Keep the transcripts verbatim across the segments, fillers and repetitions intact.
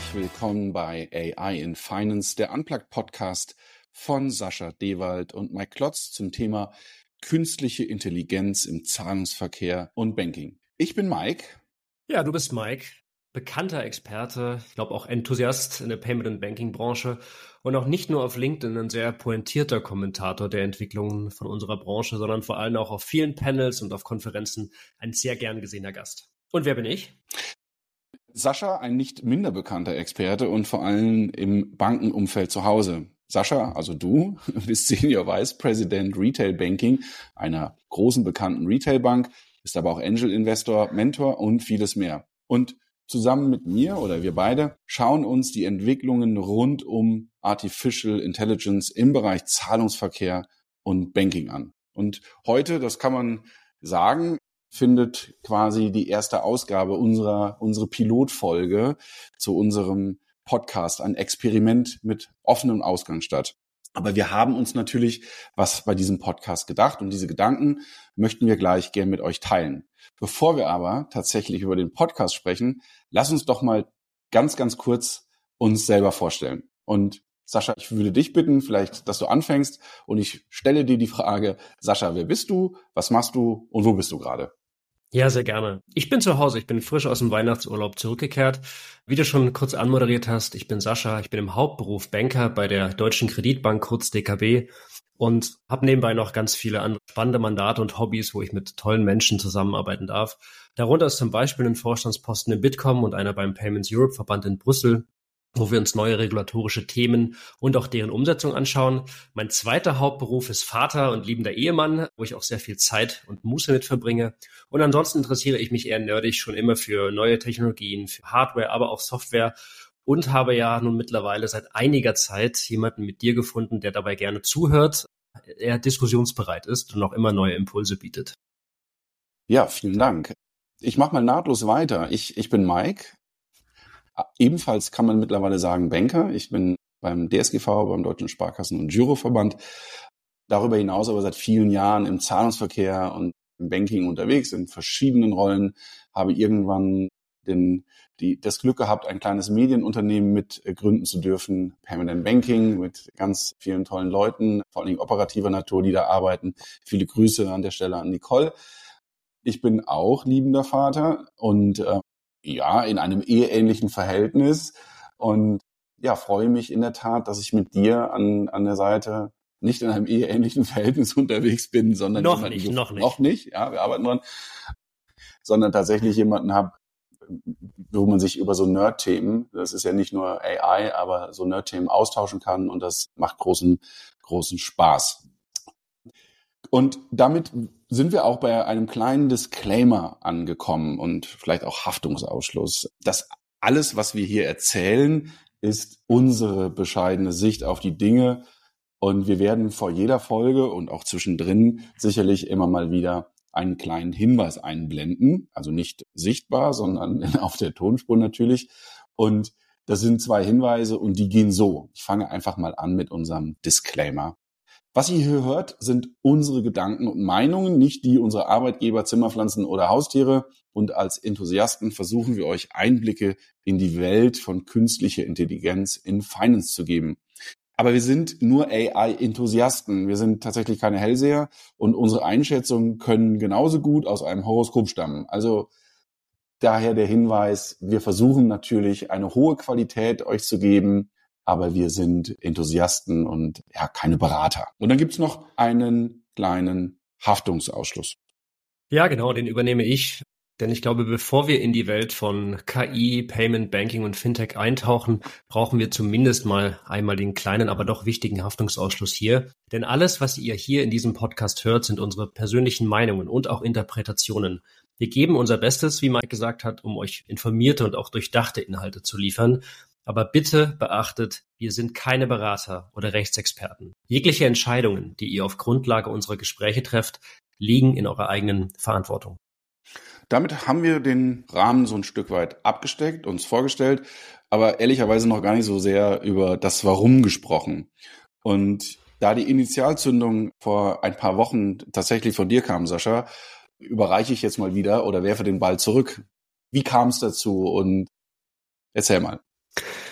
Herzlich willkommen bei A I in Finance, der Unplugged-Podcast von Sascha Dewald und Mike Klotz zum Thema künstliche Intelligenz im Zahlungsverkehr und Banking. Ich bin Mike. Ja, du bist Mike, bekannter Experte, ich glaube auch Enthusiast in der Payment- und Banking-Branche und auch nicht nur auf LinkedIn ein sehr pointierter Kommentator der Entwicklungen von unserer Branche, sondern vor allem auch auf vielen Panels und auf Konferenzen ein sehr gern gesehener Gast. Und wer bin ich? Sascha, ein nicht minder bekannter Experte und vor allem im Bankenumfeld zu Hause. Sascha, also du, bist Senior Vice President Retail Banking einer großen bekannten Retailbank, bist aber auch Angel Investor, Mentor und vieles mehr. Und zusammen mit mir oder wir beide schauen uns die Entwicklungen rund um Artificial Intelligence im Bereich Zahlungsverkehr und Banking an. Und heute, das kann man sagen, findet quasi die erste Ausgabe unserer unsere Pilotfolge zu unserem Podcast, ein Experiment mit offenem Ausgang statt. Aber wir haben uns natürlich was bei diesem Podcast gedacht und diese Gedanken möchten wir gleich gern mit euch teilen. Bevor wir aber tatsächlich über den Podcast sprechen, lass uns doch mal ganz, ganz kurz uns selber vorstellen. Und Sascha, ich würde dich bitten, vielleicht, dass du anfängst und ich stelle dir die Frage, Sascha, wer bist du, was machst du und wo bist du gerade? Ja, sehr gerne. Ich bin zu Hause, ich bin frisch aus dem Weihnachtsurlaub zurückgekehrt. Wie du schon kurz anmoderiert hast, ich bin Sascha, ich bin im Hauptberuf Banker bei der Deutschen Kreditbank, kurz D K B, und habe nebenbei noch ganz viele andere spannende Mandate und Hobbys, wo ich mit tollen Menschen zusammenarbeiten darf. Darunter ist zum Beispiel ein Vorstandsposten im Bitkom und einer beim Payments Europe Verband in Brüssel, wo wir uns neue regulatorische Themen und auch deren Umsetzung anschauen. Mein zweiter Hauptberuf ist Vater und liebender Ehemann, wo ich auch sehr viel Zeit und Muße mit verbringe. Und ansonsten interessiere ich mich eher nerdig schon immer für neue Technologien, für Hardware, aber auch Software und habe ja nun mittlerweile seit einiger Zeit jemanden mit dir gefunden, der dabei gerne zuhört, er diskussionsbereit ist und auch immer neue Impulse bietet. Ja, vielen Dank. Ich mache mal nahtlos weiter. Ich, ich bin Mike. Ebenfalls kann man mittlerweile sagen Banker. Ich bin beim D S G V, beim Deutschen Sparkassen- und Giroverband. Darüber hinaus aber seit vielen Jahren im Zahlungsverkehr und im Banking unterwegs, in verschiedenen Rollen, habe irgendwann den, die, das Glück gehabt, ein kleines Medienunternehmen mit gründen zu dürfen, Payment Banking, mit ganz vielen tollen Leuten, vor allem operativer Natur, die da arbeiten. Viele Grüße an der Stelle an Nicole. Ich bin auch liebender Vater und äh, ja, in einem eheähnlichen Verhältnis und ja, freue mich in der Tat, dass ich mit dir an an der Seite nicht in einem eheähnlichen Verhältnis unterwegs bin, sondern noch nicht, noch nicht, noch nicht, ja, wir arbeiten dran, sondern tatsächlich jemanden habe, wo man sich über so Nerd-Themen, das ist ja nicht nur A I, aber so Nerd-Themen austauschen kann und das macht großen großen Spaß. Und damit sind wir auch bei einem kleinen Disclaimer angekommen und vielleicht auch Haftungsausschluss. Das alles, was wir hier erzählen, ist unsere bescheidene Sicht auf die Dinge. Und wir werden vor jeder Folge und auch zwischendrin sicherlich immer mal wieder einen kleinen Hinweis einblenden. Also nicht sichtbar, sondern auf der Tonspur natürlich. Und das sind zwei Hinweise und die gehen so. Ich fange einfach mal an mit unserem Disclaimer. Was ihr hier hört, sind unsere Gedanken und Meinungen, nicht die unserer Arbeitgeber, Zimmerpflanzen oder Haustiere. Und als Enthusiasten versuchen wir euch Einblicke in die Welt von künstlicher Intelligenz in Finance zu geben. Aber wir sind nur A I-Enthusiasten. Wir sind tatsächlich keine Hellseher und unsere Einschätzungen können genauso gut aus einem Horoskop stammen. Also daher der Hinweis, wir versuchen natürlich eine hohe Qualität euch zu geben, aber wir sind Enthusiasten und ja, keine Berater. Und dann gibt's noch einen kleinen Haftungsausschluss. Ja, genau, den übernehme ich. Denn ich glaube, bevor wir in die Welt von K I, Payment, Banking und Fintech eintauchen, brauchen wir zumindest mal einmal den kleinen, aber doch wichtigen Haftungsausschluss hier. Denn alles, was ihr hier in diesem Podcast hört, sind unsere persönlichen Meinungen und auch Interpretationen. Wir geben unser Bestes, wie Mike gesagt hat, um euch informierte und auch durchdachte Inhalte zu liefern. Aber bitte beachtet, wir sind keine Berater oder Rechtsexperten. Jegliche Entscheidungen, die ihr auf Grundlage unserer Gespräche trefft, liegen in eurer eigenen Verantwortung. Damit haben wir den Rahmen so ein Stück weit abgesteckt, uns vorgestellt, aber ehrlicherweise noch gar nicht so sehr über das Warum gesprochen. Und da die Initialzündung vor ein paar Wochen tatsächlich von dir kam, Sascha, überreiche ich jetzt mal wieder oder werfe den Ball zurück. Wie kam es dazu? Und erzähl mal.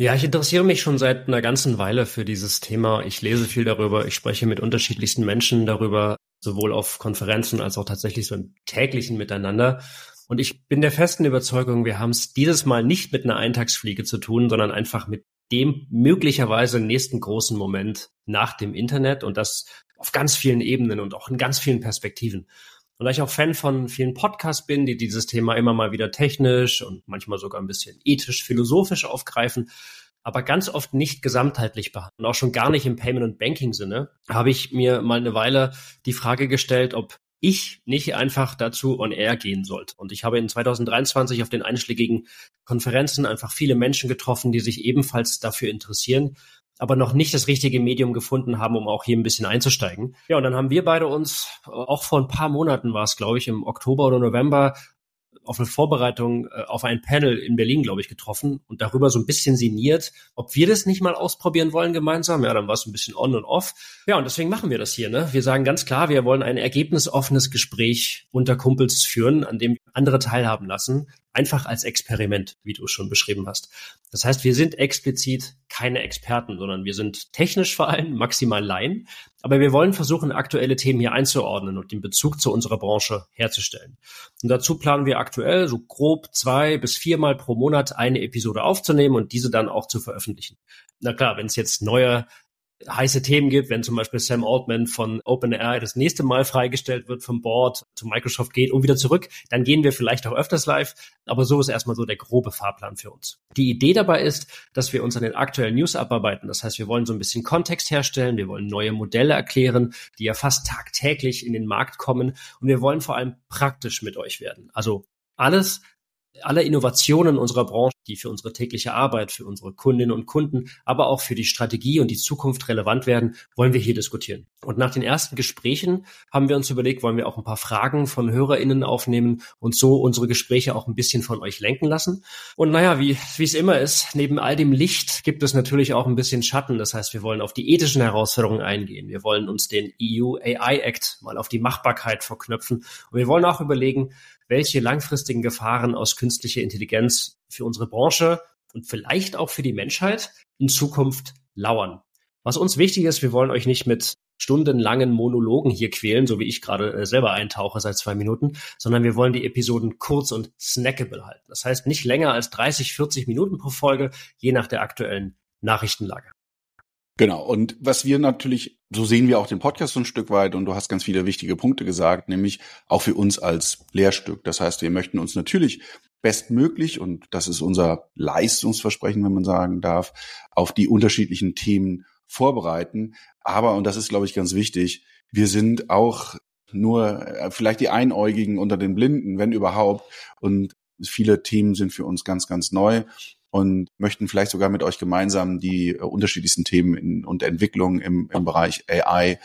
Ja, ich interessiere mich schon seit einer ganzen Weile für dieses Thema. Ich lese viel darüber, ich spreche mit unterschiedlichsten Menschen darüber, sowohl auf Konferenzen als auch tatsächlich so im täglichen Miteinander. Und ich bin der festen Überzeugung, wir haben es dieses Mal nicht mit einer Eintagsfliege zu tun, sondern einfach mit dem möglicherweise nächsten großen Moment nach dem Internet und das auf ganz vielen Ebenen und auch in ganz vielen Perspektiven. Und da ich auch Fan von vielen Podcasts bin, die dieses Thema immer mal wieder technisch und manchmal sogar ein bisschen ethisch, philosophisch aufgreifen, aber ganz oft nicht gesamtheitlich behandeln und auch schon gar nicht im Payment- und Banking-Sinne, habe ich mir mal eine Weile die Frage gestellt, ob ich nicht einfach dazu on air gehen sollte. Und ich habe in zwanzig dreiundzwanzig auf den einschlägigen Konferenzen einfach viele Menschen getroffen, die sich ebenfalls dafür interessieren, aber noch nicht das richtige Medium gefunden haben, um auch hier ein bisschen einzusteigen. Ja, und dann haben wir beide uns, auch vor ein paar Monaten war es, glaube ich, im Oktober oder November, auf eine Vorbereitung äh, auf ein Panel in Berlin, glaube ich, getroffen und darüber so ein bisschen sinniert, ob wir das nicht mal ausprobieren wollen gemeinsam. Ja, dann war es ein bisschen on und off. Ja, und deswegen machen wir das hier, ne? Wir sagen ganz klar, wir wollen ein ergebnisoffenes Gespräch unter Kumpels führen, an dem wir andere teilhaben lassen, einfach als Experiment, wie du es schon beschrieben hast. Das heißt, wir sind explizit keine Experten, sondern wir sind technisch vor allem maximal Laien, aber wir wollen versuchen, aktuelle Themen hier einzuordnen und den Bezug zu unserer Branche herzustellen. Und dazu planen wir aktuell so grob zwei bis viermal pro Monat eine Episode aufzunehmen und diese dann auch zu veröffentlichen. Na klar, wenn es jetzt neue heiße Themen gibt, wenn zum Beispiel Sam Altman von OpenAI das nächste Mal freigestellt wird vom Board, zu Microsoft geht und wieder zurück, dann gehen wir vielleicht auch öfters live, aber so ist erstmal so der grobe Fahrplan für uns. Die Idee dabei ist, dass wir uns an den aktuellen News abarbeiten, das heißt, wir wollen so ein bisschen Kontext herstellen, wir wollen neue Modelle erklären, die ja fast tagtäglich in den Markt kommen und wir wollen vor allem praktisch mit euch werden. Also alles, alle Innovationen unserer Branche, die für unsere tägliche Arbeit, für unsere Kundinnen und Kunden, aber auch für die Strategie und die Zukunft relevant werden, wollen wir hier diskutieren. Und nach den ersten Gesprächen haben wir uns überlegt, wollen wir auch ein paar Fragen von HörerInnen aufnehmen und so unsere Gespräche auch ein bisschen von euch lenken lassen. Und naja, wie wie es immer ist, neben all dem Licht gibt es natürlich auch ein bisschen Schatten. Das heißt, wir wollen auf die ethischen Herausforderungen eingehen. Wir wollen uns den E U A I Act mal auf die Machbarkeit verknöpfen. Und wir wollen auch überlegen, welche langfristigen Gefahren aus künstlicher Intelligenz für unsere Branche und vielleicht auch für die Menschheit in Zukunft lauern. Was uns wichtig ist, wir wollen euch nicht mit stundenlangen Monologen hier quälen, so wie ich gerade äh, selber eintauche seit zwei Minuten, sondern wir wollen die Episoden kurz und snackable halten. Das heißt nicht länger als dreißig, vierzig Minuten pro Folge, je nach der aktuellen Nachrichtenlage. Genau. Und was wir natürlich, so sehen wir auch den Podcast so ein Stück weit, und du hast ganz viele wichtige Punkte gesagt, nämlich auch für uns als Lehrstück. Das heißt, wir möchten uns natürlich bestmöglich, und das ist unser Leistungsversprechen, wenn man sagen darf, auf die unterschiedlichen Themen vorbereiten. Aber, und das ist, glaube ich, ganz wichtig, wir sind auch nur vielleicht die Einäugigen unter den Blinden, wenn überhaupt. Und viele Themen sind für uns ganz, ganz neu und möchten vielleicht sogar mit euch gemeinsam die uh, unterschiedlichsten Themen in, und Entwicklungen im, im Bereich A I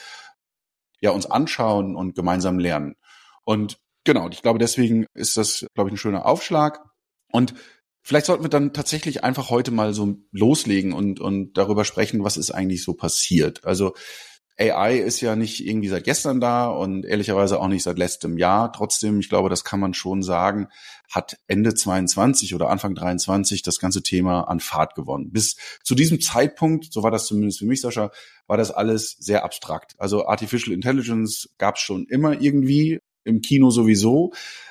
ja uns anschauen und gemeinsam lernen. Und genau, ich glaube, deswegen ist das, glaube ich, ein schöner Aufschlag. Und vielleicht sollten wir dann tatsächlich einfach heute mal so loslegen und, und darüber sprechen, was ist eigentlich so passiert. Also A I ist ja nicht irgendwie seit gestern da und ehrlicherweise auch nicht seit letztem Jahr. Trotzdem, ich glaube, das kann man schon sagen, hat Ende zweiundzwanzig oder Anfang dreiundzwanzig das ganze Thema an Fahrt gewonnen. Bis zu diesem Zeitpunkt, so war das zumindest für mich, Sascha, war das alles sehr abstrakt. Also Artificial Intelligence gab es schon immer irgendwie, im Kino sowieso.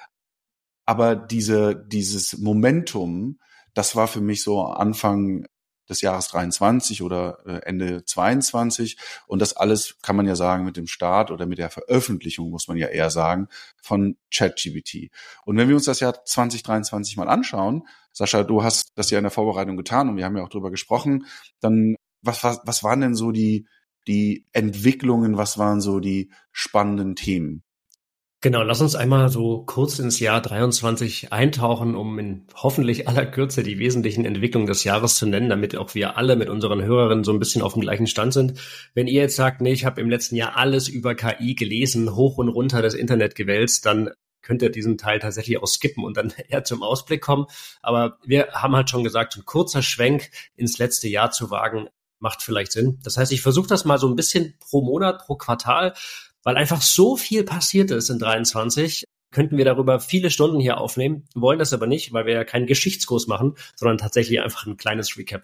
Aber diese dieses Momentum, das war für mich so Anfang des Jahres dreiundzwanzig oder Ende zweiundzwanzig. Und das alles kann man ja sagen mit dem Start oder mit der Veröffentlichung, muss man ja eher sagen, von ChatGPT. Und wenn wir uns das Jahr zwanzig dreiundzwanzig mal anschauen, Sascha, du hast das ja in der Vorbereitung getan und wir haben ja auch drüber gesprochen, dann was, was, was waren denn so die, die Entwicklungen, was waren so die spannenden Themen? Genau, lass uns einmal so kurz ins Jahr dreiundzwanzig eintauchen, um in hoffentlich aller Kürze die wesentlichen Entwicklungen des Jahres zu nennen, damit auch wir alle mit unseren Hörerinnen so ein bisschen auf dem gleichen Stand sind. Wenn ihr jetzt sagt, nee, ich habe im letzten Jahr alles über K I gelesen, hoch und runter das Internet gewälzt, dann könnt ihr diesen Teil tatsächlich auch skippen und dann eher zum Ausblick kommen. Aber wir haben halt schon gesagt, ein kurzer Schwenk ins letzte Jahr zu wagen, macht vielleicht Sinn. Das heißt, ich versuche das mal so ein bisschen pro Monat, pro Quartal, weil einfach so viel passiert ist in dreiundzwanzig, könnten wir darüber viele Stunden hier aufnehmen, wollen das aber nicht, weil wir ja keinen Geschichtskurs machen, sondern tatsächlich einfach ein kleines Recap.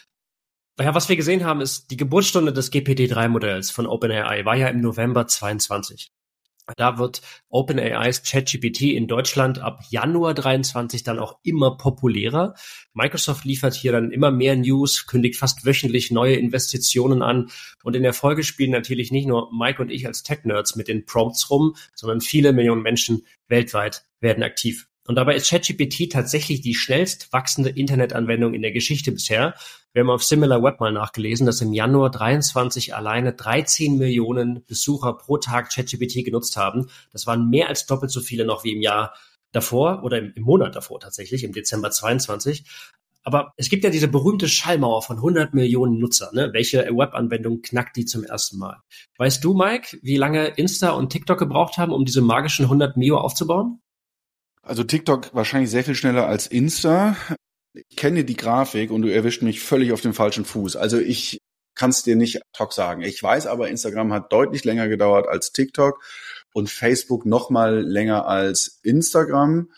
Ja, was wir gesehen haben, ist, die Geburtsstunde des G P T drei Modells von OpenAI war ja im November zweiundzwanzig. Da wird OpenAIs ChatGPT in Deutschland ab Januar dreiundzwanzig dann auch immer populärer. Microsoft liefert hier dann immer mehr News, kündigt fast wöchentlich neue Investitionen an. Und in der Folge spielen natürlich nicht nur Mike und ich als Tech-Nerds mit den Prompts rum, sondern viele Millionen Menschen weltweit werden aktiv. Und dabei ist ChatGPT tatsächlich die schnellst wachsende Internetanwendung in der Geschichte bisher. Wir haben auf SimilarWeb mal nachgelesen, dass im Januar dreiundzwanzig alleine dreizehn Millionen Besucher pro Tag ChatGPT genutzt haben. Das waren mehr als doppelt so viele noch wie im Jahr davor oder im, im Monat davor tatsächlich, im Dezember zweiundzwanzig. Aber es gibt ja diese berühmte Schallmauer von hundert Millionen Nutzer. Ne? Welche Webanwendung knackt die zum ersten Mal? Weißt du, Mike, wie lange Insta und TikTok gebraucht haben, um diese magischen hundert Mio aufzubauen? Also TikTok wahrscheinlich sehr viel schneller als Insta. Ich kenne die Grafik und du erwischt mich völlig auf dem falschen Fuß. Also ich kann es dir nicht ad hoc sagen. Ich weiß aber, Instagram hat deutlich länger gedauert als TikTok und Facebook noch mal länger als Instagram.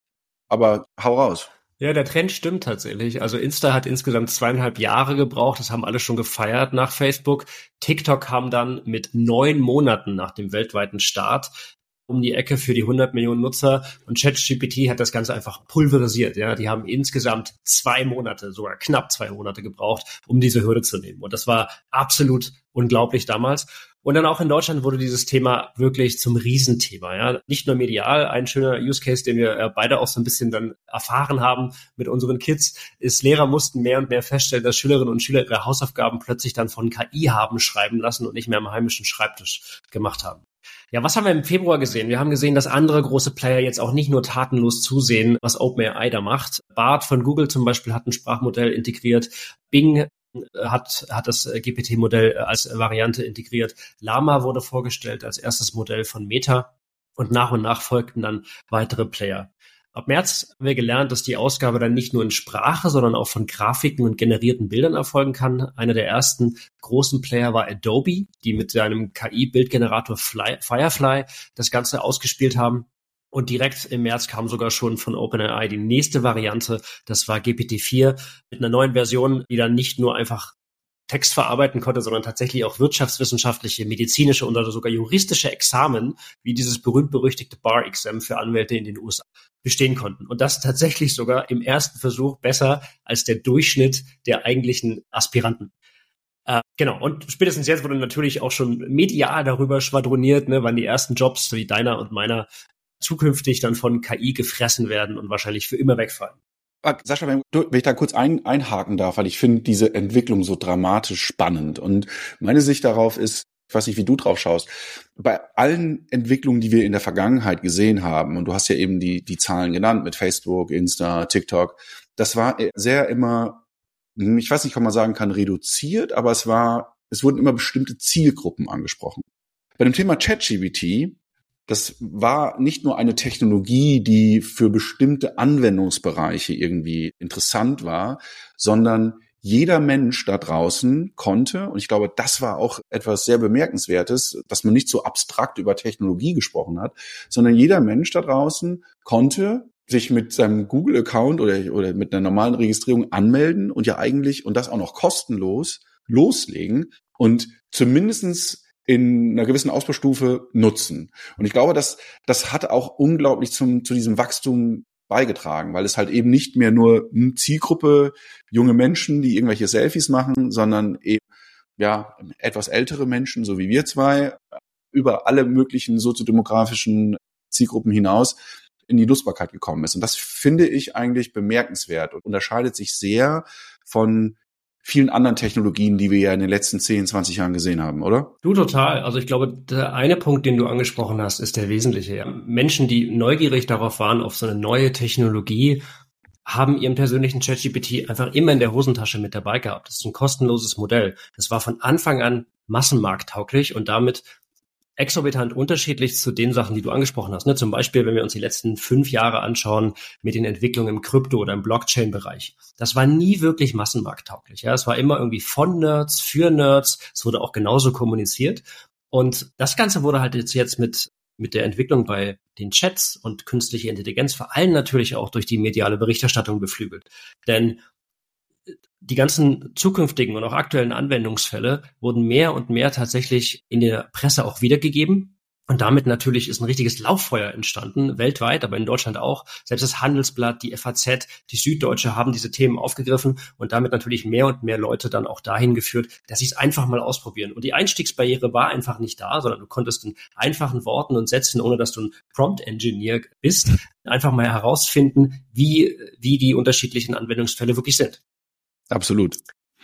Aber hau raus. Ja, der Trend stimmt tatsächlich. Also Insta hat insgesamt zweieinhalb Jahre gebraucht. Das haben alle schon gefeiert nach Facebook. TikTok kam dann mit neun Monaten nach dem weltweiten Start um die Ecke für die hundert Millionen Nutzer und ChatGPT hat das Ganze einfach pulverisiert. Ja, die haben insgesamt zwei Monate, sogar knapp zwei Monate gebraucht, um diese Hürde zu nehmen. Und das war absolut unglaublich damals. Und dann auch in Deutschland wurde dieses Thema wirklich zum Riesenthema. Ja, nicht nur medial. Ein schöner Use Case, den wir beide auch so ein bisschen dann erfahren haben mit unseren Kids, ist, Lehrer mussten mehr und mehr feststellen, dass Schülerinnen und Schüler ihre Hausaufgaben plötzlich dann von K I haben schreiben lassen und nicht mehr am heimischen Schreibtisch gemacht haben. Ja, was haben wir im Februar gesehen? Wir haben gesehen, dass andere große Player jetzt auch nicht nur tatenlos zusehen, was OpenAI da macht. Bard von Google zum Beispiel hat ein Sprachmodell integriert. Bing hat, hat das G P T-Modell als Variante integriert. Llama wurde vorgestellt als erstes Modell von Meta. Und nach und nach folgten dann weitere Player. Ab März haben wir gelernt, dass die Ausgabe dann nicht nur in Sprache, sondern auch von Grafiken und generierten Bildern erfolgen kann. Einer der ersten großen Player war Adobe, die mit seinem K I-Bildgenerator Firefly das Ganze ausgespielt haben. Und direkt im März kam sogar schon von OpenAI die nächste Variante. Das war G P T vier mit einer neuen Version, die dann nicht nur einfach Text verarbeiten konnte, sondern tatsächlich auch wirtschaftswissenschaftliche, medizinische oder sogar juristische Examen, wie dieses berühmt-berüchtigte Bar-Exam für Anwälte in den U S A, bestehen konnten. Und das tatsächlich sogar im ersten Versuch besser als der Durchschnitt der eigentlichen Aspiranten. Äh, genau, und spätestens jetzt wurde natürlich auch schon medial darüber schwadroniert, ne, wann die ersten Jobs, so wie deiner und meiner, zukünftig dann von K I gefressen werden und wahrscheinlich für immer wegfallen. Sascha, wenn ich da kurz ein, einhaken darf, weil ich finde diese Entwicklung so dramatisch spannend. Und meine Sicht darauf ist, ich weiß nicht, wie du drauf schaust, bei allen Entwicklungen, die wir in der Vergangenheit gesehen haben, und du hast ja eben die, die Zahlen genannt mit Facebook, Insta, TikTok, das war sehr immer, ich weiß nicht, ob man sagen kann, reduziert, aber es war, es wurden immer bestimmte Zielgruppen angesprochen. Bei dem Thema ChatGPT, das war nicht nur eine Technologie, die für bestimmte Anwendungsbereiche irgendwie interessant war, sondern jeder Mensch da draußen konnte, und ich glaube, das war auch etwas sehr Bemerkenswertes, dass man nicht so abstrakt über Technologie gesprochen hat, sondern jeder Mensch da draußen konnte sich mit seinem Google-Account oder, oder mit einer normalen Registrierung anmelden und ja eigentlich, und das auch noch kostenlos, loslegen und zumindestens in einer gewissen Ausbaustufe nutzen. Und ich glaube, dass das hat auch unglaublich zum zu diesem Wachstum beigetragen, weil es halt eben nicht mehr nur eine Zielgruppe junge Menschen, die irgendwelche Selfies machen, sondern eben ja etwas ältere Menschen, so wie wir zwei, über alle möglichen soziodemografischen Zielgruppen hinaus in die Nutzbarkeit gekommen ist. Und das finde ich eigentlich bemerkenswert und unterscheidet sich sehr von vielen anderen Technologien, die wir ja in den letzten zehn, zwanzig Jahren gesehen haben, oder? Du, total. Also ich glaube, der eine Punkt, den du angesprochen hast, ist der wesentliche. Menschen, die neugierig darauf waren, auf so eine neue Technologie, haben ihren persönlichen ChatGPT einfach immer in der Hosentasche mit dabei gehabt. Das ist ein kostenloses Modell. Das war von Anfang an massenmarkttauglich und damit exorbitant unterschiedlich zu den Sachen, die du angesprochen hast. Ne? Zum Beispiel, wenn wir uns die letzten fünf Jahre anschauen mit den Entwicklungen im Krypto- oder im Blockchain-Bereich. Das war nie wirklich massenmarkttauglich. Ja? Es war immer irgendwie von Nerds, für Nerds. Es wurde auch genauso kommuniziert. Und das Ganze wurde halt jetzt, jetzt mit mit der Entwicklung bei den Chats und künstliche Intelligenz vor allem natürlich auch durch die mediale Berichterstattung beflügelt. Denn die ganzen zukünftigen und auch aktuellen Anwendungsfälle wurden mehr und mehr tatsächlich in der Presse auch wiedergegeben. Und damit natürlich ist ein richtiges Lauffeuer entstanden, weltweit, aber in Deutschland auch. Selbst das Handelsblatt, die F A Z, die Süddeutsche haben diese Themen aufgegriffen und damit natürlich mehr und mehr Leute dann auch dahin geführt, dass sie es einfach mal ausprobieren. Und die Einstiegsbarriere war einfach nicht da, sondern du konntest in einfachen Worten und Sätzen, ohne dass du ein Prompt-Engineer bist, einfach mal herausfinden, wie, wie die unterschiedlichen Anwendungsfälle wirklich sind. Absolut.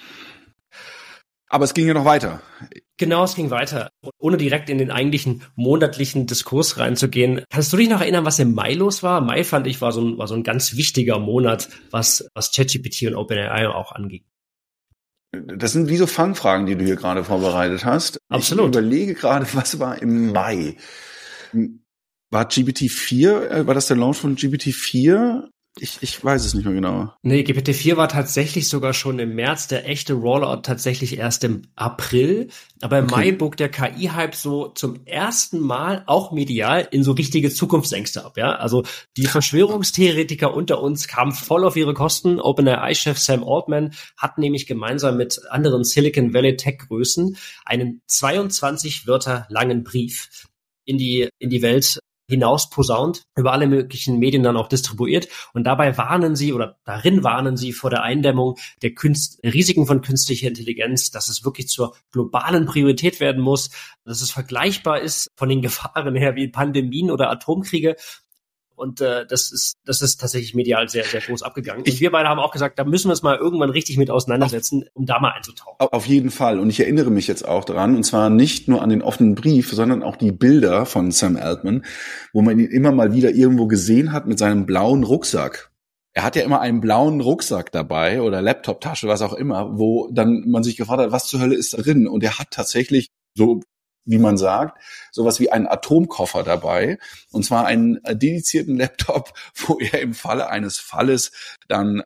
Aber es ging ja noch weiter. Genau, es ging weiter. Ohne direkt in den eigentlichen monatlichen Diskurs reinzugehen, kannst du dich noch erinnern, was im Mai los war? Mai, fand ich, war so ein, war so ein ganz wichtiger Monat, was, was ChatGPT und OpenAI auch anging. Das sind wie so Fangfragen, die du hier gerade vorbereitet hast. Absolut. Ich überlege gerade, was war im Mai? War G P T vier, war das der Launch von G P T vier? Ich, ich weiß es nicht mehr genau. Nee, G P T vier war tatsächlich sogar schon im März, der echte Rollout tatsächlich erst im April. Aber im okay. Mai bog der K I-Hype so zum ersten Mal auch medial in so richtige Zukunftsängste ab. Ja, also die Verschwörungstheoretiker unter uns kamen voll auf ihre Kosten. OpenAI-Chef Sam Altman hat nämlich gemeinsam mit anderen Silicon Valley Tech-Größen einen zweiundzwanzig Wörter langen Brief in die in die Welt hinaus posaunt, über alle möglichen Medien dann auch distribuiert. Und dabei warnen sie oder darin warnen sie vor der Eindämmung der Künst- Risiken von künstlicher Intelligenz, dass es wirklich zur globalen Priorität werden muss, dass es vergleichbar ist von den Gefahren her wie Pandemien oder Atomkriege. Und äh, das ist das ist tatsächlich medial sehr, sehr groß abgegangen. Und wir beide haben auch gesagt, da müssen wir uns mal irgendwann richtig mit auseinandersetzen, um da mal einzutauchen. Auf jeden Fall. Und ich erinnere mich jetzt auch daran, und zwar nicht nur an den offenen Brief, sondern auch die Bilder von Sam Altman, wo man ihn immer mal wieder irgendwo gesehen hat mit seinem blauen Rucksack. Er hat ja immer einen blauen Rucksack dabei oder Laptoptasche, was auch immer, wo dann man sich gefragt hat, was zur Hölle ist da drin? Und er hat tatsächlich so, wie man sagt, sowas wie einen Atomkoffer dabei, und zwar einen dedizierten Laptop, wo er im Falle eines Falles dann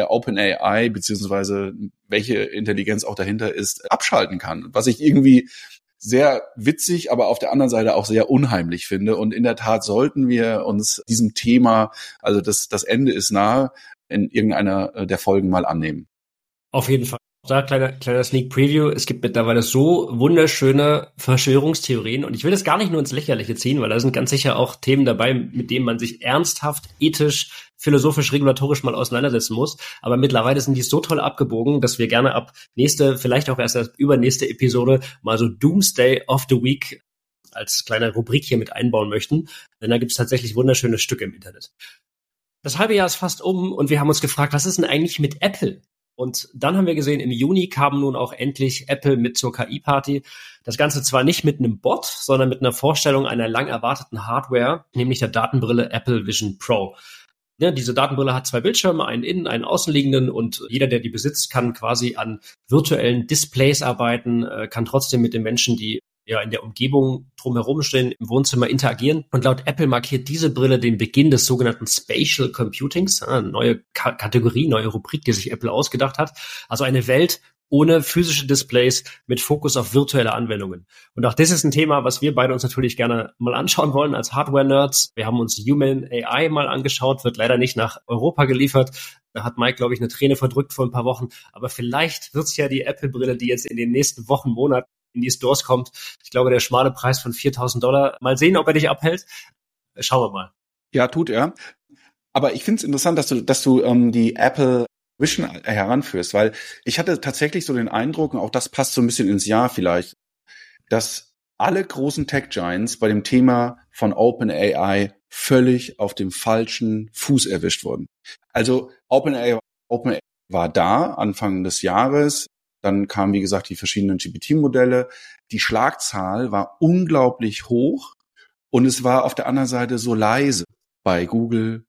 OpenAI beziehungsweise welche Intelligenz auch dahinter ist, abschalten kann. Was ich irgendwie sehr witzig, aber auf der anderen Seite auch sehr unheimlich finde. Und in der Tat sollten wir uns diesem Thema, also das, das Ende ist nahe, in irgendeiner der Folgen mal annehmen. Auf jeden Fall. Da kleiner, kleiner Sneak Preview. Es gibt mittlerweile so wunderschöne Verschwörungstheorien und ich will das gar nicht nur ins Lächerliche ziehen, weil da sind ganz sicher auch Themen dabei, mit denen man sich ernsthaft, ethisch, philosophisch, regulatorisch mal auseinandersetzen muss. Aber mittlerweile sind die so toll abgebogen, dass wir gerne ab nächste, vielleicht auch erst als übernächste Episode mal so Doomsday of the Week als kleine Rubrik hier mit einbauen möchten. Denn da gibt es tatsächlich wunderschöne Stücke im Internet. Das halbe Jahr ist fast um und wir haben uns gefragt, was ist denn eigentlich mit Apple? Und dann haben wir gesehen, im Juni kam nun auch endlich Apple mit zur K I-Party. Das Ganze zwar nicht mit einem Bot, sondern mit einer Vorstellung einer lang erwarteten Hardware, nämlich der Datenbrille Apple Vision Pro. Ja, diese Datenbrille hat zwei Bildschirme, einen innen, einen außenliegenden, und jeder, der die besitzt, kann quasi an virtuellen Displays arbeiten, kann trotzdem mit den Menschen, die ja in der Umgebung drumherum stehen, im Wohnzimmer interagieren. Und laut Apple markiert diese Brille den Beginn des sogenannten Spatial Computings, eine neue K- Kategorie, neue Rubrik, die sich Apple ausgedacht hat. Also eine Welt ohne physische Displays mit Fokus auf virtuelle Anwendungen. Und auch das ist ein Thema, was wir beide uns natürlich gerne mal anschauen wollen als Hardware-Nerds. Wir haben uns Human A I mal angeschaut, wird leider nicht nach Europa geliefert. Da hat Mike, glaube ich, eine Träne verdrückt vor ein paar Wochen. Aber vielleicht wird's ja die Apple-Brille, die jetzt in den nächsten Wochen, Monaten in die Stores kommt. Ich glaube, der schmale Preis von viertausend Dollar. Mal sehen, ob er dich abhält. Schauen wir mal. Ja, tut er. Aber ich finde es interessant, dass du, dass du ähm, die Apple Vision heranführst, weil ich hatte tatsächlich so den Eindruck, und auch das passt so ein bisschen ins Jahr vielleicht, dass alle großen Tech-Giants bei dem Thema von OpenAI völlig auf dem falschen Fuß erwischt wurden. Also OpenAI, OpenAI war da Anfang des Jahres. Dann kamen, wie gesagt, die verschiedenen G P T-Modelle. Die Schlagzahl war unglaublich hoch und es war auf der anderen Seite so leise. Bei Google,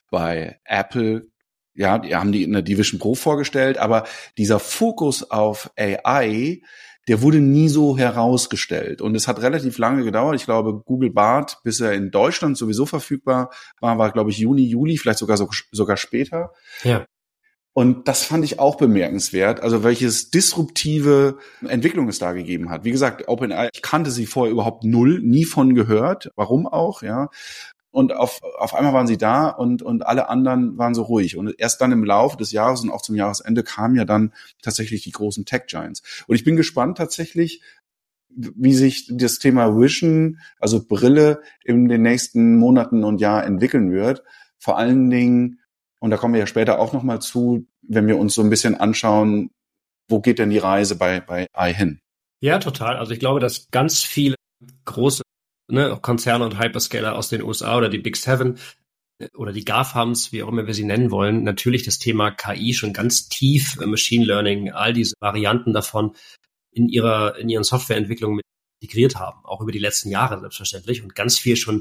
bei Apple, ja, die haben die in der Vision Pro vorgestellt, aber dieser Fokus auf A I, der wurde nie so herausgestellt. Und es hat relativ lange gedauert. Ich glaube, Google Bart, bis er in Deutschland sowieso verfügbar war, war, glaube ich, Juni, Juli, vielleicht sogar so, sogar später. Ja. Und das fand ich auch bemerkenswert, also welches disruptive Entwicklung es da gegeben hat. Wie gesagt, OpenAI, ich kannte sie vorher überhaupt null, nie von gehört. Warum auch, ja. Und auf, auf einmal waren sie da und, und alle anderen waren so ruhig. Und erst dann im Laufe des Jahres und auch zum Jahresende kamen ja dann tatsächlich die großen Tech-Giants. Und ich bin gespannt tatsächlich, wie sich das Thema Vision, also Brille, in den nächsten Monaten und Jahren entwickeln wird. Vor allen Dingen, und da kommen wir ja später auch nochmal zu, wenn wir uns so ein bisschen anschauen, wo geht denn die Reise bei, bei A I hin? Ja, total. Also ich glaube, dass ganz viele große ne, Konzerne und Hyperscaler aus den U S A oder die Big Seven oder die GAFAMs, wie auch immer wir sie nennen wollen, natürlich das Thema K I schon ganz tief, Machine Learning, all diese Varianten davon in ihrer, in ihren Softwareentwicklungen mit integriert haben, auch über die letzten Jahre selbstverständlich und ganz viel schon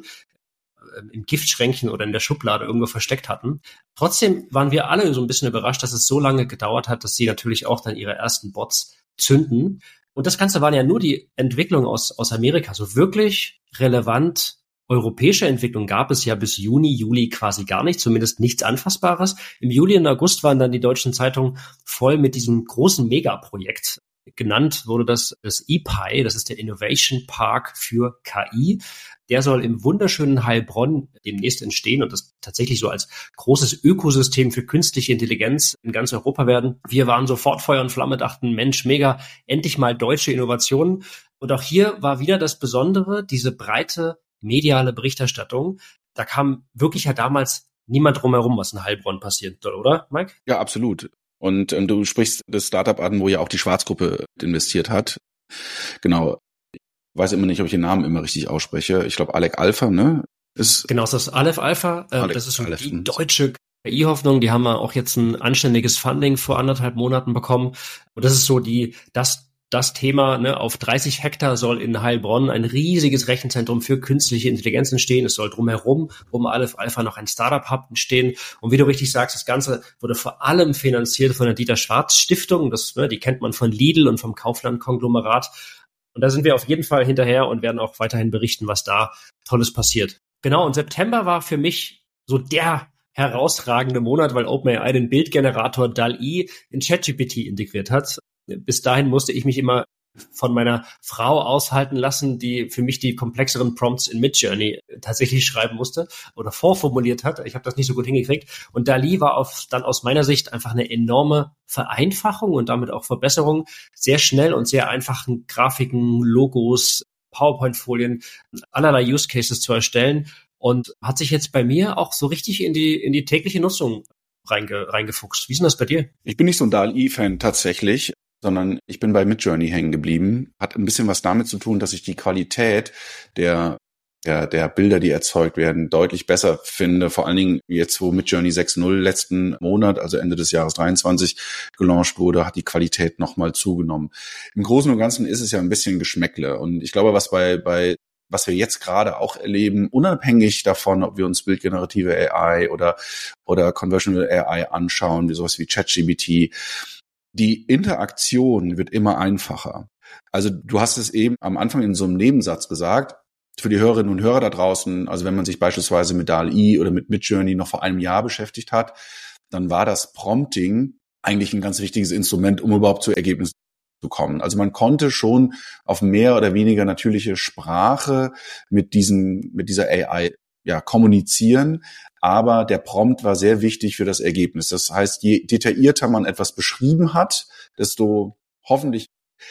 im Giftschränkchen oder in der Schublade irgendwo versteckt hatten. Trotzdem waren wir alle so ein bisschen überrascht, dass es so lange gedauert hat, dass sie natürlich auch dann ihre ersten Bots zünden. Und das Ganze waren ja nur die Entwicklungen aus, aus Amerika. So wirklich relevant europäische Entwicklung gab es ja bis Juni, Juli quasi gar nicht, zumindest nichts Anfassbares. Im Juli und August waren dann die deutschen Zeitungen voll mit diesem großen Megaprojekt. Genannt wurde das das I P I, das ist der Innovation Park für K I. Der soll im wunderschönen Heilbronn demnächst entstehen und das tatsächlich so als großes Ökosystem für künstliche Intelligenz in ganz Europa werden. Wir waren sofort Feuer und Flamme, dachten, Mensch, mega, endlich mal deutsche Innovationen. Und auch hier war wieder das Besondere, diese breite mediale Berichterstattung. Da kam wirklich ja damals niemand drumherum, was in Heilbronn passiert soll, oder, Mike? Ja, absolut. Und ähm, du sprichst das Startup an, wo ja auch die Schwarzgruppe investiert hat. Genau. Ich weiß immer nicht, ob ich den Namen immer richtig ausspreche. Ich glaube, Aleph Alpha, ne? Ist genau, das ist Aleph Alpha. Äh, das ist so Aleph, die deutsche K I-Hoffnung. Die haben wir auch jetzt ein anständiges Funding vor anderthalb Monaten bekommen. Und das ist so die, das, das Thema, ne, auf dreißig Hektar soll in Heilbronn ein riesiges Rechenzentrum für künstliche Intelligenz entstehen. Es soll drumherum, um Aleph Alpha noch ein Startup-Hub entstehen. Und wie du richtig sagst, das Ganze wurde vor allem finanziert von der Dieter-Schwarz-Stiftung. Das, ne, die kennt man von Lidl und vom Kaufland-Konglomerat. Und da sind wir auf jeden Fall hinterher und werden auch weiterhin berichten, was da Tolles passiert. Genau, und September war für mich so der herausragende Monat, weil OpenAI den Bildgenerator D A L L-E in ChatGPT integriert hat. Bis dahin musste ich mich immer von meiner Frau aushalten lassen, die für mich die komplexeren Prompts in Midjourney tatsächlich schreiben musste oder vorformuliert hat. Ich habe das nicht so gut hingekriegt. Und D A L L-E war auf, dann aus meiner Sicht einfach eine enorme Vereinfachung und damit auch Verbesserung. Sehr schnell und sehr einfachen Grafiken, Logos, PowerPoint-Folien, allerlei Use Cases zu erstellen und hat sich jetzt bei mir auch so richtig in die, in die tägliche Nutzung reinge, reingefuchst. Wie ist denn das bei dir? Ich bin nicht so ein D A L L-E-Fan tatsächlich, sondern ich bin bei Midjourney hängen geblieben. Hat ein bisschen was damit zu tun, dass ich die Qualität der der der Bilder, die erzeugt werden, deutlich besser finde. Vor allen Dingen jetzt, wo Midjourney sechs Punkt null letzten Monat, also Ende des Jahres dreiundzwanzig, gelauncht wurde, hat die Qualität nochmal zugenommen. Im Großen und Ganzen ist es ja ein bisschen Geschmäckle. Und ich glaube, was bei bei was wir jetzt gerade auch erleben, unabhängig davon, ob wir uns bildgenerative A I oder oder Conversational A I anschauen, wie sowas wie ChatGPT, die Interaktion wird immer einfacher. Also du hast es eben am Anfang in so einem Nebensatz gesagt, für die Hörerinnen und Hörer da draußen, also wenn man sich beispielsweise mit D A L L-E oder mit Midjourney noch vor einem Jahr beschäftigt hat, dann war das Prompting eigentlich ein ganz wichtiges Instrument, um überhaupt zu Ergebnissen zu kommen. Also man konnte schon auf mehr oder weniger natürliche Sprache mit diesen, mit dieser A I ja kommunizieren, aber der Prompt war sehr wichtig für das Ergebnis. Das heißt, je detaillierter man etwas beschrieben hat, desto hoffentlich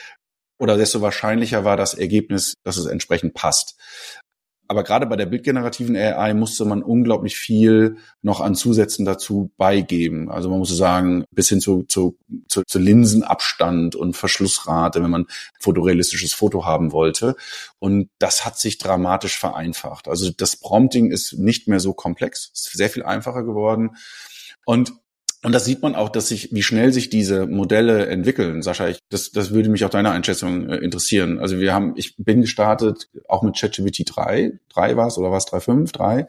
oder desto wahrscheinlicher war das Ergebnis, dass es entsprechend passt. Aber gerade bei der bildgenerativen A I musste man unglaublich viel noch an Zusätzen dazu beigeben. Also man musste sagen, bis hin zu, zu, zu, zu Linsenabstand und Verschlussrate, wenn man fotorealistisches Foto haben wollte. Und das hat sich dramatisch vereinfacht. Also das Prompting ist nicht mehr so komplex, ist sehr viel einfacher geworden. Und Und das sieht man auch, dass sich, wie schnell sich diese Modelle entwickeln. Sascha, ich, das, das würde mich auch deine Einschätzung äh, interessieren. Also wir haben, ich bin gestartet auch mit ChatGPT drei, drei war es oder war es drei Punkt fünf, drei.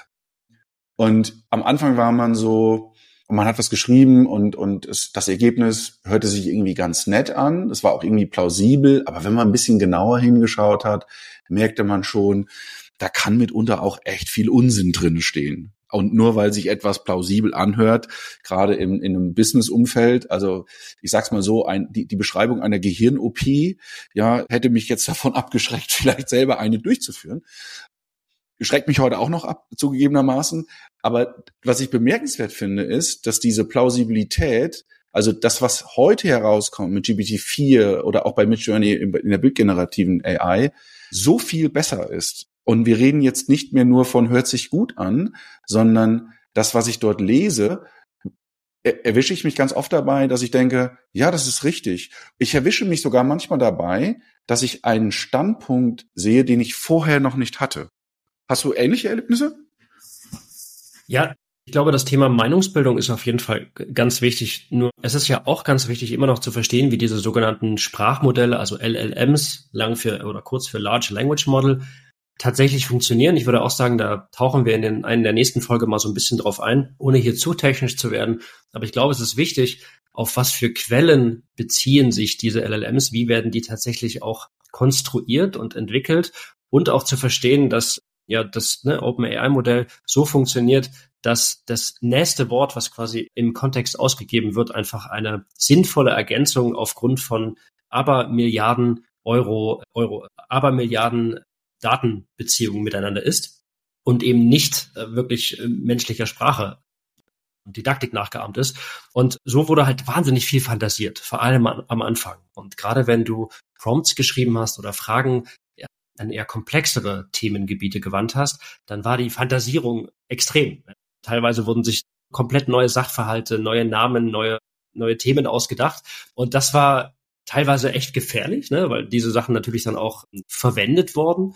Und am Anfang war man so, man hat was geschrieben und und es, das Ergebnis hörte sich irgendwie ganz nett an. Es war auch irgendwie plausibel, aber wenn man ein bisschen genauer hingeschaut hat, merkte man schon, da kann mitunter auch echt viel Unsinn drin stehen. Und nur weil sich etwas plausibel anhört, gerade in, in einem Business-Umfeld, also ich sag's mal so, ein, die, die Beschreibung einer Gehirn-O P, ja, hätte mich jetzt davon abgeschreckt, vielleicht selber eine durchzuführen. Schreckt mich heute auch noch ab, zugegebenermaßen. Aber was ich bemerkenswert finde, ist, dass diese Plausibilität, also das, was heute herauskommt mit G P T vier oder auch bei Midjourney in der bildgenerativen A I, so viel besser ist. Und wir reden jetzt nicht mehr nur von hört sich gut an, sondern das, was ich dort lese, er- erwische ich mich ganz oft dabei, dass ich denke, ja, das ist richtig. Ich erwische mich sogar manchmal dabei, dass ich einen Standpunkt sehe, den ich vorher noch nicht hatte. Hast du ähnliche Erlebnisse? Ja, ich glaube, das Thema Meinungsbildung ist auf jeden Fall g- ganz wichtig. Nur es ist ja auch ganz wichtig, immer noch zu verstehen, wie diese sogenannten Sprachmodelle, also L L Ms, lang für oder kurz für Large Language Model, tatsächlich funktionieren. Ich würde auch sagen, da tauchen wir in den, einen der nächsten Folge mal so ein bisschen drauf ein, ohne hier zu technisch zu werden. Aber ich glaube, es ist wichtig, auf was für Quellen beziehen sich diese L L Ms, wie werden die tatsächlich auch konstruiert und entwickelt und auch zu verstehen, dass ja das ne, OpenAI-Modell so funktioniert, dass das nächste Wort, was quasi im Kontext ausgegeben wird, einfach eine sinnvolle Ergänzung aufgrund von Abermilliarden Euro, Euro, Abermilliarden Datenbeziehungen miteinander ist und eben nicht äh, wirklich äh, menschlicher Sprache und Didaktik nachgeahmt ist. Und so wurde halt wahnsinnig viel fantasiert, vor allem am, am Anfang. Und gerade wenn du Prompts geschrieben hast oder Fragen ja, an eher komplexere Themengebiete gewandt hast, dann war die Fantasierung extrem. Teilweise wurden sich komplett neue Sachverhalte, neue Namen, neue, neue Themen ausgedacht. Und das war teilweise echt gefährlich, ne, weil diese Sachen natürlich dann auch verwendet wurden.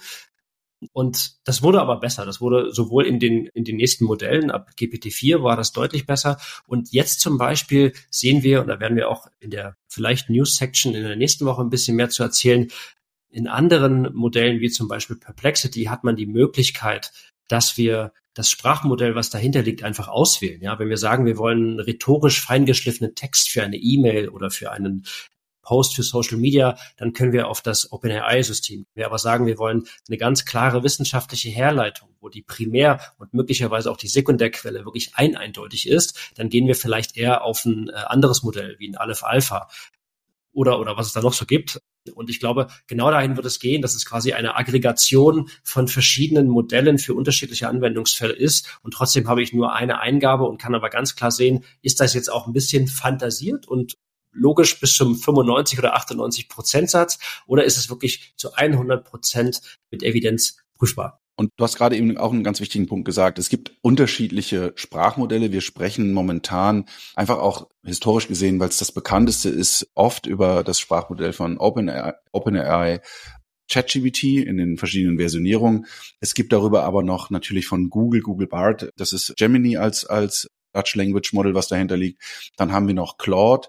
Und das wurde aber besser. Das wurde sowohl in den, in den nächsten Modellen, ab G P T vier war das deutlich besser. Und jetzt zum Beispiel sehen wir, und da werden wir auch in der vielleicht News-Section in der nächsten Woche ein bisschen mehr zu erzählen, in anderen Modellen, wie zum Beispiel Perplexity, hat man die Möglichkeit, dass wir das Sprachmodell, was dahinter liegt, einfach auswählen. Ja, wenn wir sagen, wir wollen rhetorisch feingeschliffenen Text für eine E-Mail oder für einen Post für Social Media, dann können wir auf das OpenAI-System. Wenn wir aber sagen, wir wollen eine ganz klare wissenschaftliche Herleitung, wo die Primär- und möglicherweise auch die Sekundärquelle wirklich ein eindeutig ist, dann gehen wir vielleicht eher auf ein äh, anderes Modell, wie ein Aleph Alpha oder, oder was es da noch so gibt. Und ich glaube, genau dahin wird es gehen, dass es quasi eine Aggregation von verschiedenen Modellen für unterschiedliche Anwendungsfälle ist. Und trotzdem habe ich nur eine Eingabe und kann aber ganz klar sehen, ist das jetzt auch ein bisschen fantasiert und logisch bis zum fünfundneunzig oder achtundneunzig Prozentsatz oder ist es wirklich zu hundert Prozent mit Evidenz prüfbar? Und du hast gerade eben auch einen ganz wichtigen Punkt gesagt. Es gibt unterschiedliche Sprachmodelle. Wir sprechen momentan einfach auch historisch gesehen, weil es das bekannteste ist, oft über das Sprachmodell von OpenAI, OpenAI ChatGPT in den verschiedenen Versionierungen. Es gibt darüber aber noch natürlich von Google, Google Bard. Das ist Gemini als, als Large Language Model, was dahinter liegt. Dann haben wir noch Claude.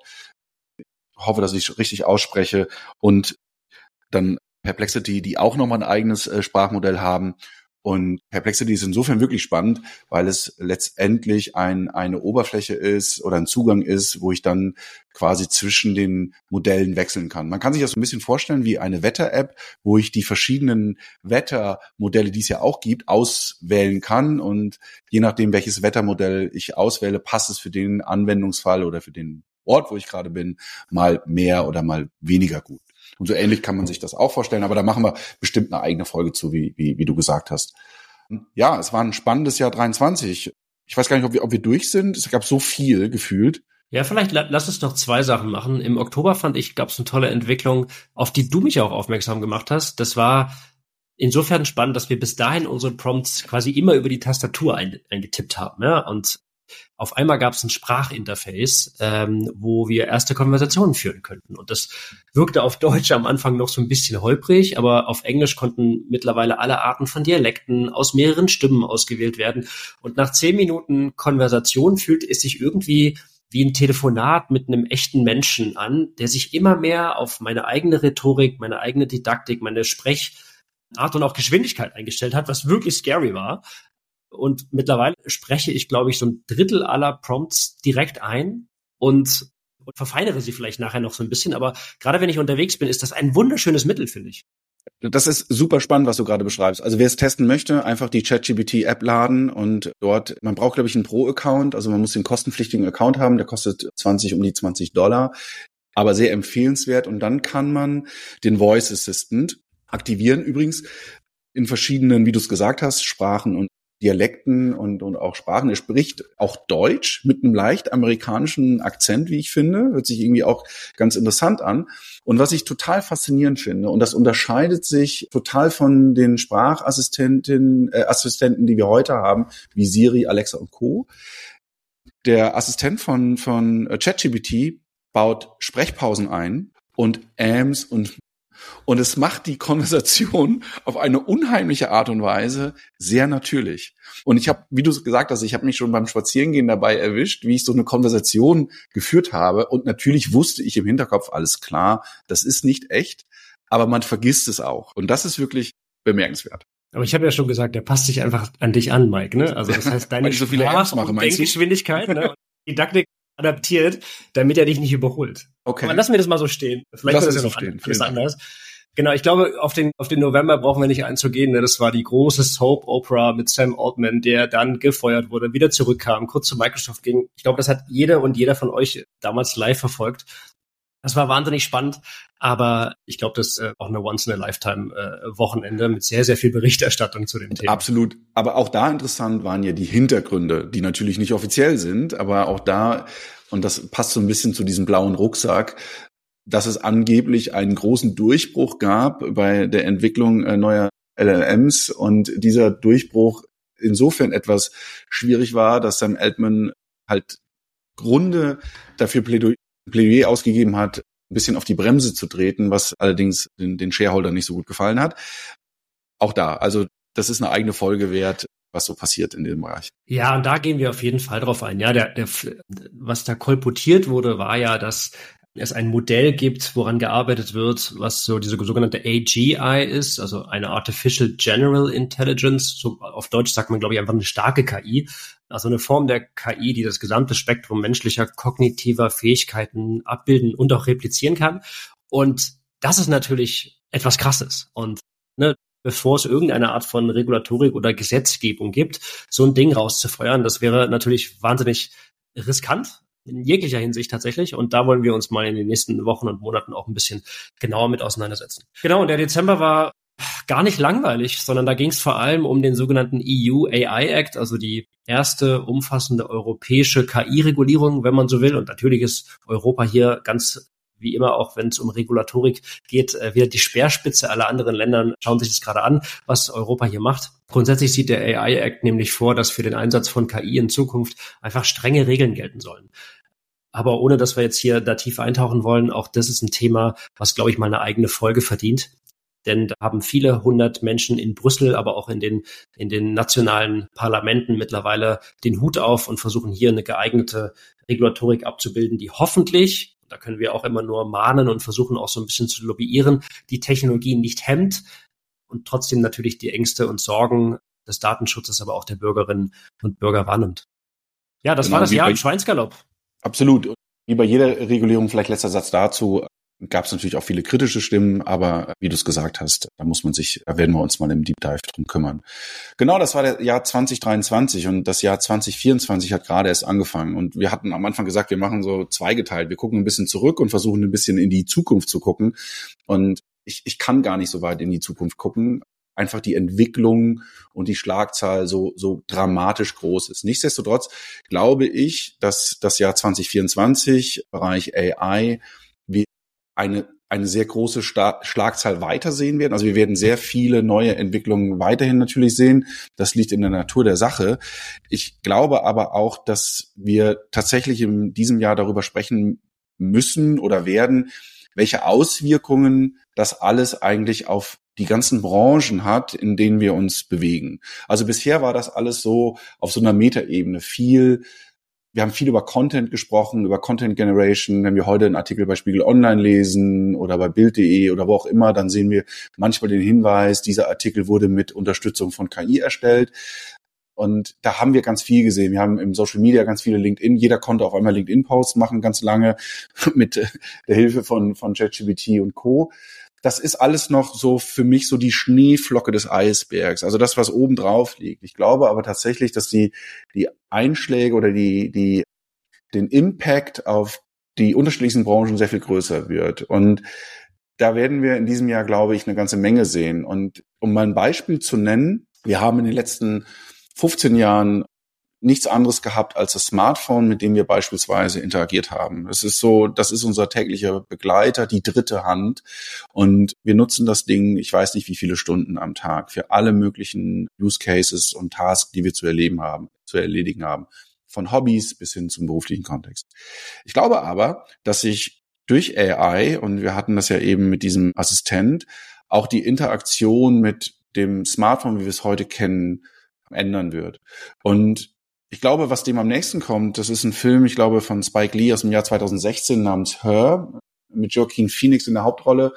Ich hoffe, dass ich richtig ausspreche. Und dann Perplexity, die auch nochmal ein eigenes äh, Sprachmodell haben. Und Perplexity ist insofern wirklich spannend, weil es letztendlich ein, eine Oberfläche ist oder ein Zugang ist, wo ich dann quasi zwischen den Modellen wechseln kann. Man kann sich das so ein bisschen vorstellen wie eine Wetter-App, wo ich die verschiedenen Wettermodelle, die es ja auch gibt, auswählen kann. Und je nachdem, welches Wettermodell ich auswähle, passt es für den Anwendungsfall oder für den Ort, wo ich gerade bin, mal mehr oder mal weniger gut. Und so ähnlich kann man sich das auch vorstellen, aber da machen wir bestimmt eine eigene Folge zu, wie, wie, wie du gesagt hast. Ja, es war ein spannendes Jahr dreiundzwanzig. Ich weiß gar nicht, ob wir, ob wir durch sind. Es gab so viel gefühlt. Ja, vielleicht la- lass uns noch zwei Sachen machen. Im Oktober fand ich, gab es eine tolle Entwicklung, auf die du mich auch aufmerksam gemacht hast. Das war insofern spannend, dass wir bis dahin unsere Prompts quasi immer über die Tastatur ein, eingetippt haben. Ja? Und auf einmal gab es ein Sprachinterface, ähm, wo wir erste Konversationen führen könnten. Und das wirkte auf Deutsch am Anfang noch so ein bisschen holprig, aber auf Englisch konnten mittlerweile alle Arten von Dialekten aus mehreren Stimmen ausgewählt werden. Und nach zehn Minuten Konversation fühlt es sich irgendwie wie ein Telefonat mit einem echten Menschen an, der sich immer mehr auf meine eigene Rhetorik, meine eigene Didaktik, meine Sprechart und auch Geschwindigkeit eingestellt hat, was wirklich scary war. Und mittlerweile spreche ich, glaube ich, so ein Drittel aller Prompts direkt ein und, und verfeinere sie vielleicht nachher noch so ein bisschen. Aber gerade wenn ich unterwegs bin, ist das ein wunderschönes Mittel, finde ich. Das ist super spannend, was du gerade beschreibst. Also wer es testen möchte, einfach die ChatGPT-App laden und dort, man braucht, glaube ich, einen Pro-Account, also man muss den kostenpflichtigen Account haben, der kostet zwanzig, um die zwanzig Dollar, aber sehr empfehlenswert. Und dann kann man den Voice Assistant aktivieren, übrigens in verschiedenen, wie du es gesagt hast, Sprachen und Dialekten und, und auch Sprachen. Er spricht auch Deutsch mit einem leicht amerikanischen Akzent, wie ich finde. Hört sich irgendwie auch ganz interessant an. Und was ich total faszinierend finde, und das unterscheidet sich total von den Sprachassistenten, äh, Assistenten, die wir heute haben, wie Siri, Alexa und Co. Der Assistent von, von ChatGPT baut Sprechpausen ein und Ams und Und es macht die Konversation auf eine unheimliche Art und Weise sehr natürlich. Und ich habe, wie du gesagt hast, ich habe mich schon beim Spazierengehen dabei erwischt, wie ich so eine Konversation geführt habe. Und natürlich wusste ich im Hinterkopf, alles klar, das ist nicht echt, aber man vergisst es auch. Und das ist wirklich bemerkenswert. Aber ich habe ja schon gesagt, der passt sich einfach an dich an, Mike, ne? Also das heißt, deine so viele Apps mache, meinst du? Denkgeschwindigkeit, ne? Didaktik adaptiert, damit er dich nicht überholt. Okay. Aber lassen wir das mal so stehen. Vielleicht Lass wird das ja so noch stehen. alles anders. Genau, ich glaube, auf den auf den November brauchen wir nicht einzugehen. Ne? Das war die große Soap-Opera mit Sam Altman, der dann gefeuert wurde, wieder zurückkam, kurz zu Microsoft ging. Ich glaube, das hat jeder und jeder von euch damals live verfolgt. Das war wahnsinnig spannend, aber ich glaube, das ist äh, auch eine Once-in-a-Lifetime-Wochenende äh, mit sehr, sehr viel Berichterstattung zu dem Thema. Absolut. Aber auch da interessant waren ja die Hintergründe, die natürlich nicht offiziell sind, aber auch da, und das passt so ein bisschen zu diesem blauen Rucksack, dass es angeblich einen großen Durchbruch gab bei der Entwicklung äh, neuer L L Ms und dieser Durchbruch insofern etwas schwierig war, dass Sam Altman halt Gründe dafür Plädoyer, Plädoyer ausgegeben hat, ein bisschen auf die Bremse zu treten, was allerdings den, den Shareholdern nicht so gut gefallen hat. Auch da, also das ist eine eigene Folge wert, was so passiert in dem Bereich. Ja, und da gehen wir auf jeden Fall drauf ein. Ja, der, der, was da kolportiert wurde, war ja, dass es ein Modell gibt, woran gearbeitet wird, was so diese sogenannte A G I ist, also eine Artificial General Intelligence. So auf Deutsch sagt man, glaube ich, einfach eine starke K I. Also eine Form der K I, die das gesamte Spektrum menschlicher kognitiver Fähigkeiten abbilden und auch replizieren kann. Und das ist natürlich etwas Krasses. Und ne, bevor es irgendeine Art von Regulatorik oder Gesetzgebung gibt, so ein Ding rauszufeuern, das wäre natürlich wahnsinnig riskant. In jeglicher Hinsicht tatsächlich. Und da wollen wir uns mal in den nächsten Wochen und Monaten auch ein bisschen genauer mit auseinandersetzen. Genau, und der Dezember war gar nicht langweilig, sondern da ging es vor allem um den sogenannten E U A I Act, also die erste umfassende europäische K I-Regulierung, wenn man so will. Und natürlich ist Europa hier ganz wie immer, auch wenn es um Regulatorik geht, wieder die Speerspitze. Alle anderen Länder schauen sich das gerade an, was Europa hier macht. Grundsätzlich sieht der A I Act nämlich vor, dass für den Einsatz von K I in Zukunft einfach strenge Regeln gelten sollen. Aber ohne, dass wir jetzt hier da tief eintauchen wollen, auch das ist ein Thema, was, glaube ich, mal eine eigene Folge verdient. Denn da haben viele hundert Menschen in Brüssel, aber auch in den, in den nationalen Parlamenten mittlerweile den Hut auf und versuchen hier eine geeignete Regulatorik abzubilden, die hoffentlich, da können wir auch immer nur mahnen und versuchen auch so ein bisschen zu lobbyieren, die Technologie nicht hemmt und trotzdem natürlich die Ängste und Sorgen des Datenschutzes, aber auch der Bürgerinnen und Bürger wahrnimmt. Ja, das genau, war das Jahr im Schweinsgalopp. Absolut. Wie bei jeder Regulierung, vielleicht letzter Satz dazu, gab es natürlich auch viele kritische Stimmen, aber wie du es gesagt hast, da muss man sich, da werden wir uns mal im Deep Dive drum kümmern. Genau, das war der Jahr zwanzig dreiundzwanzig und das Jahr zwanzig vierundzwanzig hat gerade erst angefangen und wir hatten am Anfang gesagt, wir machen so zweigeteilt, wir gucken ein bisschen zurück und versuchen ein bisschen in die Zukunft zu gucken und ich, ich kann gar nicht so weit in die Zukunft gucken, einfach die Entwicklung und die Schlagzahl so so dramatisch groß ist. Nichtsdestotrotz glaube ich, dass das Jahr zwanzig vierundzwanzig, Bereich A I, wir eine eine sehr große Sta- Schlagzahl weitersehen werden. Also wir werden sehr viele neue Entwicklungen weiterhin natürlich sehen. Das liegt in der Natur der Sache. Ich glaube aber auch, dass wir tatsächlich in diesem Jahr darüber sprechen müssen oder werden, welche Auswirkungen das alles eigentlich auf die ganzen Branchen hat, in denen wir uns bewegen. Also bisher war das alles so auf so einer Metaebene viel. Wir haben viel über Content gesprochen, über Content Generation. Wenn wir heute einen Artikel bei Spiegel Online lesen oder bei Bild punkt de oder wo auch immer, dann sehen wir manchmal den Hinweis, dieser Artikel wurde mit Unterstützung von K I erstellt. Und da haben wir ganz viel gesehen. Wir haben im Social Media ganz viele LinkedIn. Jeder konnte auf einmal LinkedIn-Posts machen, ganz lange mit der Hilfe von, von ChatGPT und Co. das ist alles noch so für mich so die Schneeflocke des Eisbergs, also das, was oben drauf liegt. Ich glaube aber tatsächlich, dass die, die Einschläge oder die, die, den Impact auf die unterschiedlichsten Branchen sehr viel größer wird. Und da werden wir in diesem Jahr, glaube ich, eine ganze Menge sehen. Und um mal ein Beispiel zu nennen, wir haben in den letzten fünfzehn Jahren nichts anderes gehabt als das Smartphone, mit dem wir beispielsweise interagiert haben. Es ist so, das ist unser täglicher Begleiter, die dritte Hand. Und wir nutzen das Ding, ich weiß nicht wie viele Stunden am Tag, für alle möglichen Use Cases und Tasks, die wir zu erleben haben, zu erledigen haben. Von Hobbys bis hin zum beruflichen Kontext. Ich glaube aber, dass sich durch A I, und wir hatten das ja eben mit diesem Assistent, auch die Interaktion mit dem Smartphone, wie wir es heute kennen, ändern wird. Und ich glaube, was dem am nächsten kommt, das ist ein Film, ich glaube, von Spike Lee aus dem Jahr zweitausendsechzehn namens Her, mit Joaquin Phoenix in der Hauptrolle.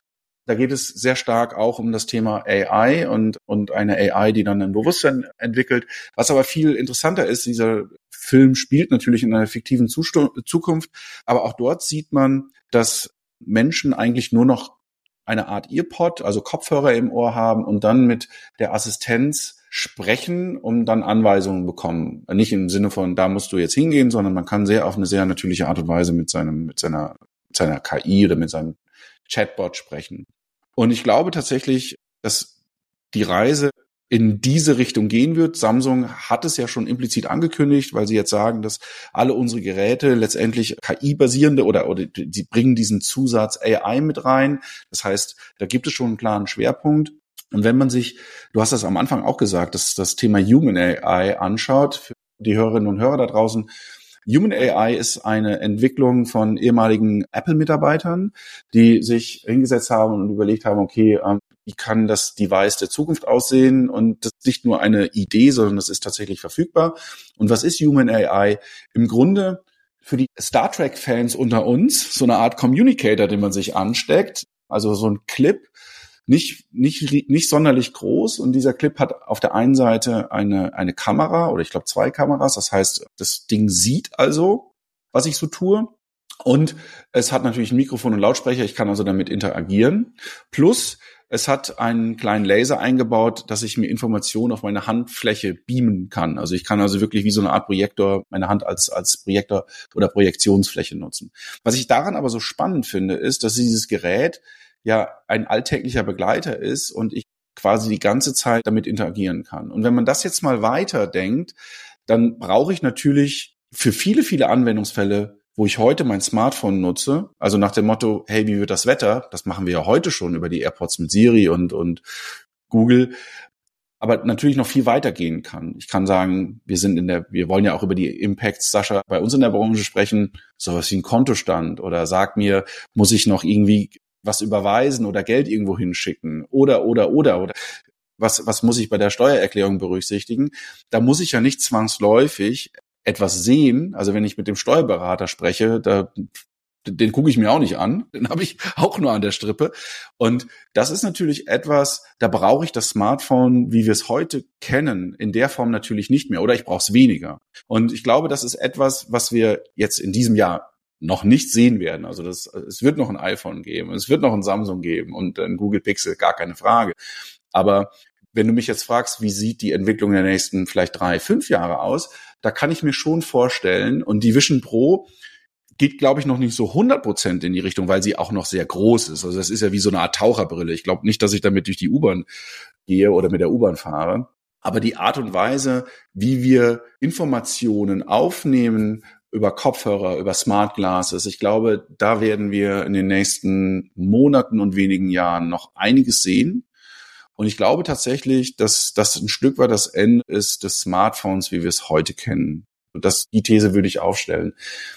Da geht es sehr stark auch um das Thema A I und, und eine A I, die dann ein Bewusstsein entwickelt. Was aber viel interessanter ist, dieser Film spielt natürlich in einer fiktiven Zukunft, aber auch dort sieht man, dass Menschen eigentlich nur noch eine Art Earpod, also Kopfhörer im Ohr haben und dann mit der Assistenz sprechen, um dann Anweisungen bekommen. Nicht im Sinne von, da musst du jetzt hingehen, sondern man kann sehr auf eine sehr natürliche Art und Weise mit seinem, mit seiner, mit seiner K I oder mit seinem Chatbot sprechen. Und ich glaube tatsächlich, dass die Reise in diese Richtung gehen wird. Samsung hat es ja schon implizit angekündigt, weil sie jetzt sagen, dass alle unsere Geräte letztendlich K I-basierende oder, oder sie bringen diesen Zusatz A I mit rein. Das heißt, da gibt es schon einen klaren Schwerpunkt. Und wenn man sich, du hast das am Anfang auch gesagt, dass das Thema Human A I anschaut, für die Hörerinnen und Hörer da draußen, Human A I ist eine Entwicklung von ehemaligen Apple-Mitarbeitern, die sich hingesetzt haben und überlegt haben, okay, wie kann das Device der Zukunft aussehen? Und das ist nicht nur eine Idee, sondern das ist tatsächlich verfügbar. Und was ist Human A I? Im Grunde für die Star Trek-Fans unter uns so eine Art Communicator, den man sich ansteckt, also so ein Clip, nicht nicht nicht sonderlich groß, und dieser Clip hat auf der einen Seite eine eine Kamera oder ich glaube zwei Kameras, das heißt, das Ding sieht also, was ich so tue, und es hat natürlich ein Mikrofon und Lautsprecher, ich kann also damit interagieren, plus es hat einen kleinen Laser eingebaut, dass ich mir Informationen auf meine Handfläche beamen kann. Also ich kann also wirklich wie so eine Art Projektor meine Hand als als Projektor oder Projektionsfläche nutzen. Was ich daran aber so spannend finde, ist, dass dieses Gerät ja ein alltäglicher Begleiter ist und ich quasi die ganze Zeit damit interagieren kann. Und wenn man das jetzt mal weiterdenkt, dann brauche ich natürlich für viele, viele Anwendungsfälle, wo ich heute mein Smartphone nutze, also nach dem Motto, hey, wie wird das Wetter? Das machen wir ja heute schon über die AirPods mit Siri und, und Google, aber natürlich noch viel weiter gehen kann. Ich kann sagen, wir sind in der, wir wollen ja auch über die Impacts, Sascha, bei uns in der Branche sprechen, sowas wie ein Kontostand, oder sag mir, muss ich noch irgendwie was überweisen oder Geld irgendwo hinschicken oder, oder, oder, oder. Was, was muss ich bei der Steuererklärung berücksichtigen? Da muss ich ja nicht zwangsläufig etwas sehen. Also wenn ich mit dem Steuerberater spreche, da, den gucke ich mir auch nicht an. Den habe ich auch nur an der Strippe. Und das ist natürlich etwas, da brauche ich das Smartphone, wie wir es heute kennen, in der Form natürlich nicht mehr. Oder ich brauche es weniger. Und ich glaube, das ist etwas, was wir jetzt in diesem Jahr noch nicht sehen werden. Also das, es wird noch ein iPhone geben, es wird noch ein Samsung geben und ein Google Pixel, gar keine Frage. Aber wenn du mich jetzt fragst, wie sieht die Entwicklung der nächsten vielleicht drei, fünf Jahre aus, da kann ich mir schon vorstellen, und die Vision Pro geht, glaube ich, noch nicht so hundert Prozent in die Richtung, weil sie auch noch sehr groß ist. Also das ist ja wie so eine Art Taucherbrille. Ich glaube nicht, dass ich damit durch die U-Bahn gehe oder mit der U-Bahn fahre. Aber die Art und Weise, wie wir Informationen aufnehmen, über Kopfhörer, über Smart Glasses. Ich glaube, da werden wir in den nächsten Monaten und wenigen Jahren noch einiges sehen. Und ich glaube tatsächlich, dass das ein Stück weit das Ende ist des Smartphones, wie wir es heute kennen. Und das, die These würde ich aufstellen.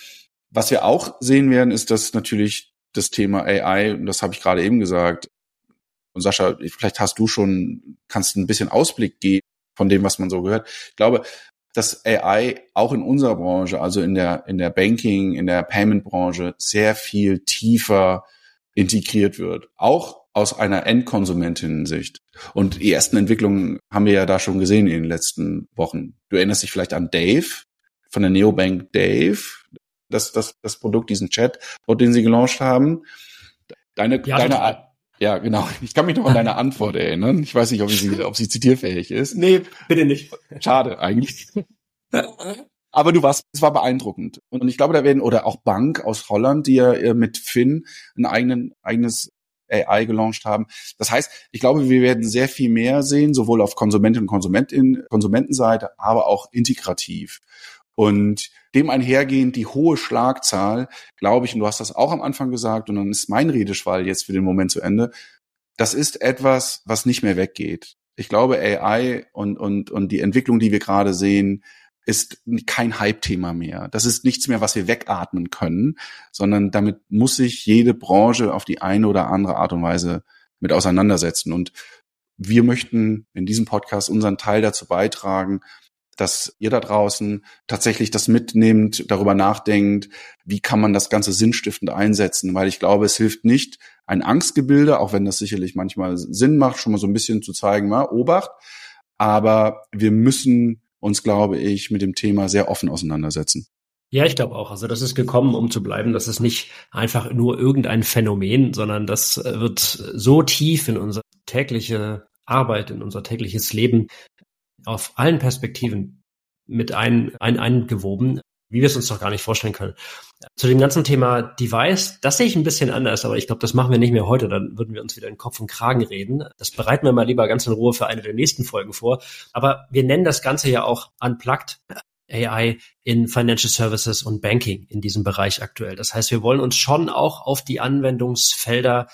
Was wir auch sehen werden, ist, dass natürlich das Thema A I, und das habe ich gerade eben gesagt, und Sascha, vielleicht hast du schon, kannst ein bisschen Ausblick geben von dem, was man so gehört. Ich glaube, dass A I auch in unserer Branche, also in der in der Banking, in der Payment-Branche, sehr viel tiefer integriert wird. Auch aus einer Endkonsumentin-Sicht. Und die ersten Entwicklungen haben wir ja da schon gesehen in den letzten Wochen. Du erinnerst dich vielleicht an Dave, von der Neobank Dave, das, das, das Produkt, diesen Chatbot, den sie gelauncht haben. Deine, ja, deine, total. Ja, genau. Ich kann mich noch an deine Antwort erinnern. Ich weiß nicht, ob sie, ob sie zitierfähig ist. Nee, bitte nicht. Schade, eigentlich. Aber du warst, es war beeindruckend. Und ich glaube, da werden, oder auch Bank aus Holland, die ja mit Finn ein eigenen, eigenes A I gelauncht haben. Das heißt, ich glaube, wir werden sehr viel mehr sehen, sowohl auf Konsumentinnen und Konsumentin, Konsumentenseite, aber auch integrativ. Und dem einhergehend die hohe Schlagzahl, glaube ich, und du hast das auch am Anfang gesagt, und dann ist mein Redeschwall jetzt für den Moment zu Ende, das ist etwas, was nicht mehr weggeht. Ich glaube, A I und, und, und die Entwicklung, die wir gerade sehen, ist kein Hype-Thema mehr. Das ist nichts mehr, was wir wegatmen können, sondern damit muss sich jede Branche auf die eine oder andere Art und Weise mit auseinandersetzen. Und wir möchten in diesem Podcast unseren Teil dazu beitragen, dass ihr da draußen tatsächlich das mitnehmt, darüber nachdenkt, wie kann man das Ganze sinnstiftend einsetzen, weil ich glaube, es hilft nicht, ein Angstgebilde, auch wenn das sicherlich manchmal Sinn macht, schon mal so ein bisschen zu zeigen, na, Obacht, aber wir müssen uns, glaube ich, mit dem Thema sehr offen auseinandersetzen. Ja, ich glaube auch. Also das ist gekommen, um zu bleiben. Das ist nicht einfach nur irgendein Phänomen, sondern das wird so tief in unsere tägliche Arbeit, in unser tägliches Leben auf allen Perspektiven mit ein, ein, eingewoben, wie wir es uns doch gar nicht vorstellen können. Zu dem ganzen Thema Device, das sehe ich ein bisschen anders, aber ich glaube, das machen wir nicht mehr heute, dann würden wir uns wieder in Kopf und Kragen reden. Das bereiten wir mal lieber ganz in Ruhe für eine der nächsten Folgen vor. Aber wir nennen das Ganze ja auch Unplugged A I in Financial Services und Banking in diesem Bereich aktuell. Das heißt, wir wollen uns schon auch auf die Anwendungsfelder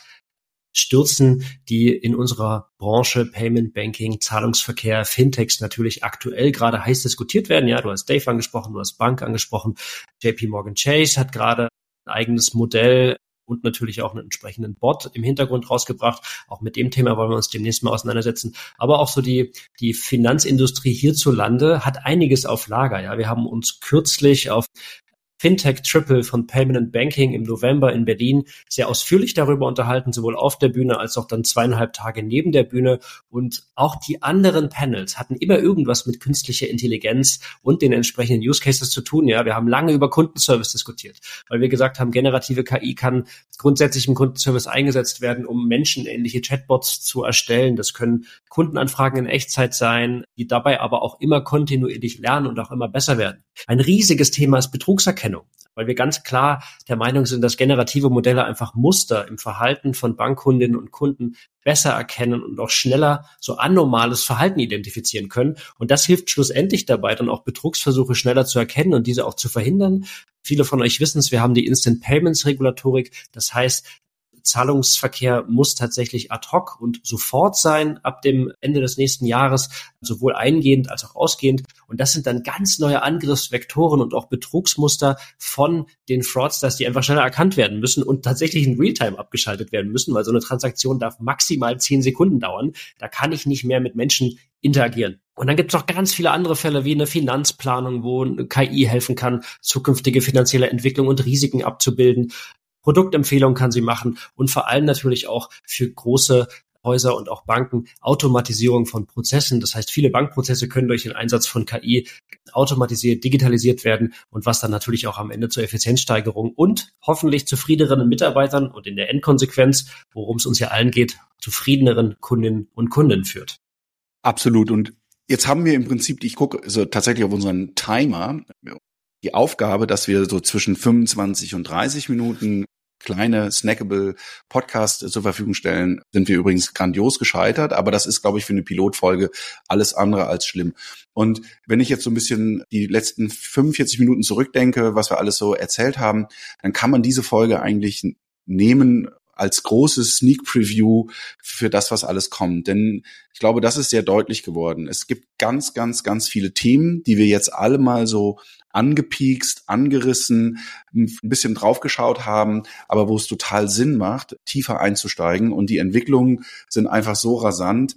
stürzen, die in unserer Branche Payment, Banking, Zahlungsverkehr, Fintechs natürlich aktuell gerade heiß diskutiert werden. Ja, du hast Dave angesprochen, du hast Bank angesprochen. J P Morgan Chase hat gerade ein eigenes Modell und natürlich auch einen entsprechenden Bot im Hintergrund rausgebracht. Auch mit dem Thema wollen wir uns demnächst mal auseinandersetzen. Aber auch so die, die Finanzindustrie hierzulande hat einiges auf Lager. Ja, wir haben uns kürzlich auf Fintech Triple von Payment and Banking im November in Berlin sehr ausführlich darüber unterhalten, sowohl auf der Bühne als auch dann zweieinhalb Tage neben der Bühne. Und auch die anderen Panels hatten immer irgendwas mit künstlicher Intelligenz und den entsprechenden Use Cases zu tun. Ja, wir haben lange über Kundenservice diskutiert, weil wir gesagt haben, generative K I kann grundsätzlich im Kundenservice eingesetzt werden, um menschenähnliche Chatbots zu erstellen. Das können Kundenanfragen in Echtzeit sein, die dabei aber auch immer kontinuierlich lernen und auch immer besser werden. Ein riesiges Thema ist Betrugserkennung, weil wir ganz klar der Meinung sind, dass generative Modelle einfach Muster im Verhalten von Bankkundinnen und Kunden besser erkennen und auch schneller so anormales Verhalten identifizieren können. Und das hilft schlussendlich dabei, dann auch Betrugsversuche schneller zu erkennen und diese auch zu verhindern. Viele von euch wissen es, wir haben die Instant Payments Regulatorik. Das heißt, Zahlungsverkehr muss tatsächlich ad hoc und sofort sein ab dem Ende des nächsten Jahres, sowohl eingehend als auch ausgehend. Und das sind dann ganz neue Angriffsvektoren und auch Betrugsmuster von den Fraudsters, die einfach schneller erkannt werden müssen und tatsächlich in Realtime abgeschaltet werden müssen, weil so eine Transaktion darf maximal zehn Sekunden dauern. Da kann ich nicht mehr mit Menschen interagieren. Und dann gibt es noch ganz viele andere Fälle wie eine Finanzplanung, wo eine K I helfen kann, zukünftige finanzielle Entwicklung und Risiken abzubilden. Produktempfehlungen kann sie machen und vor allem natürlich auch für große Häuser und auch Banken Automatisierung von Prozessen. Das heißt, viele Bankprozesse können durch den Einsatz von K I automatisiert, digitalisiert werden und was dann natürlich auch am Ende zur Effizienzsteigerung und hoffentlich zufriedeneren Mitarbeitern und in der Endkonsequenz, worum es uns ja allen geht, zufriedeneren Kundinnen und Kunden führt. Absolut. Und jetzt haben wir im Prinzip, ich gucke also tatsächlich auf unseren Timer, die Aufgabe, dass wir so zwischen fünfundzwanzig und dreißig Minuten kleine, snackable Podcast zur Verfügung stellen, sind wir übrigens grandios gescheitert, aber das ist, glaube ich, für eine Pilotfolge alles andere als schlimm. Und wenn ich jetzt so ein bisschen die letzten fünfundvierzig Minuten zurückdenke, was wir alles so erzählt haben, dann kann man diese Folge eigentlich nehmen als großes Sneak Preview für das, was alles kommt. Denn ich glaube, das ist sehr deutlich geworden. Es gibt ganz, ganz, ganz viele Themen, die wir jetzt alle mal so angepiekst, angerissen, ein bisschen draufgeschaut haben, aber wo es total Sinn macht, tiefer einzusteigen. Und die Entwicklungen sind einfach so rasant,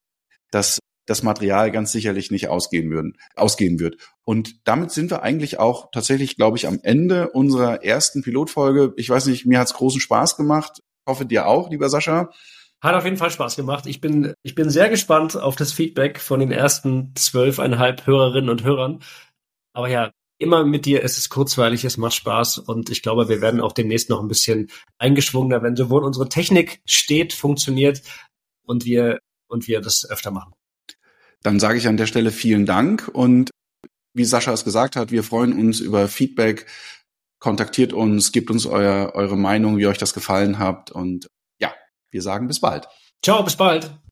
dass das Material ganz sicherlich nicht ausgehen würden, ausgehen wird. Und damit sind wir eigentlich auch tatsächlich, glaube ich, am Ende unserer ersten Pilotfolge. Ich weiß nicht, mir hat's großen Spaß gemacht. Ich hoffe, dir auch, lieber Sascha. Hat auf jeden Fall Spaß gemacht. Ich bin, ich bin sehr gespannt auf das Feedback von den ersten zwölfeinhalb Hörerinnen und Hörern. Aber ja, immer mit dir. Es ist kurzweilig, es macht Spaß und ich glaube, wir werden auch demnächst noch ein bisschen eingeschwungener, wenn sowohl unsere Technik steht, funktioniert und wir und wir das öfter machen. Dann sage ich an der Stelle vielen Dank und wie Sascha es gesagt hat, wir freuen uns über Feedback. Kontaktiert uns, gebt uns euer, eure Meinung, wie euch das gefallen hat und ja, wir sagen bis bald. Ciao, bis bald.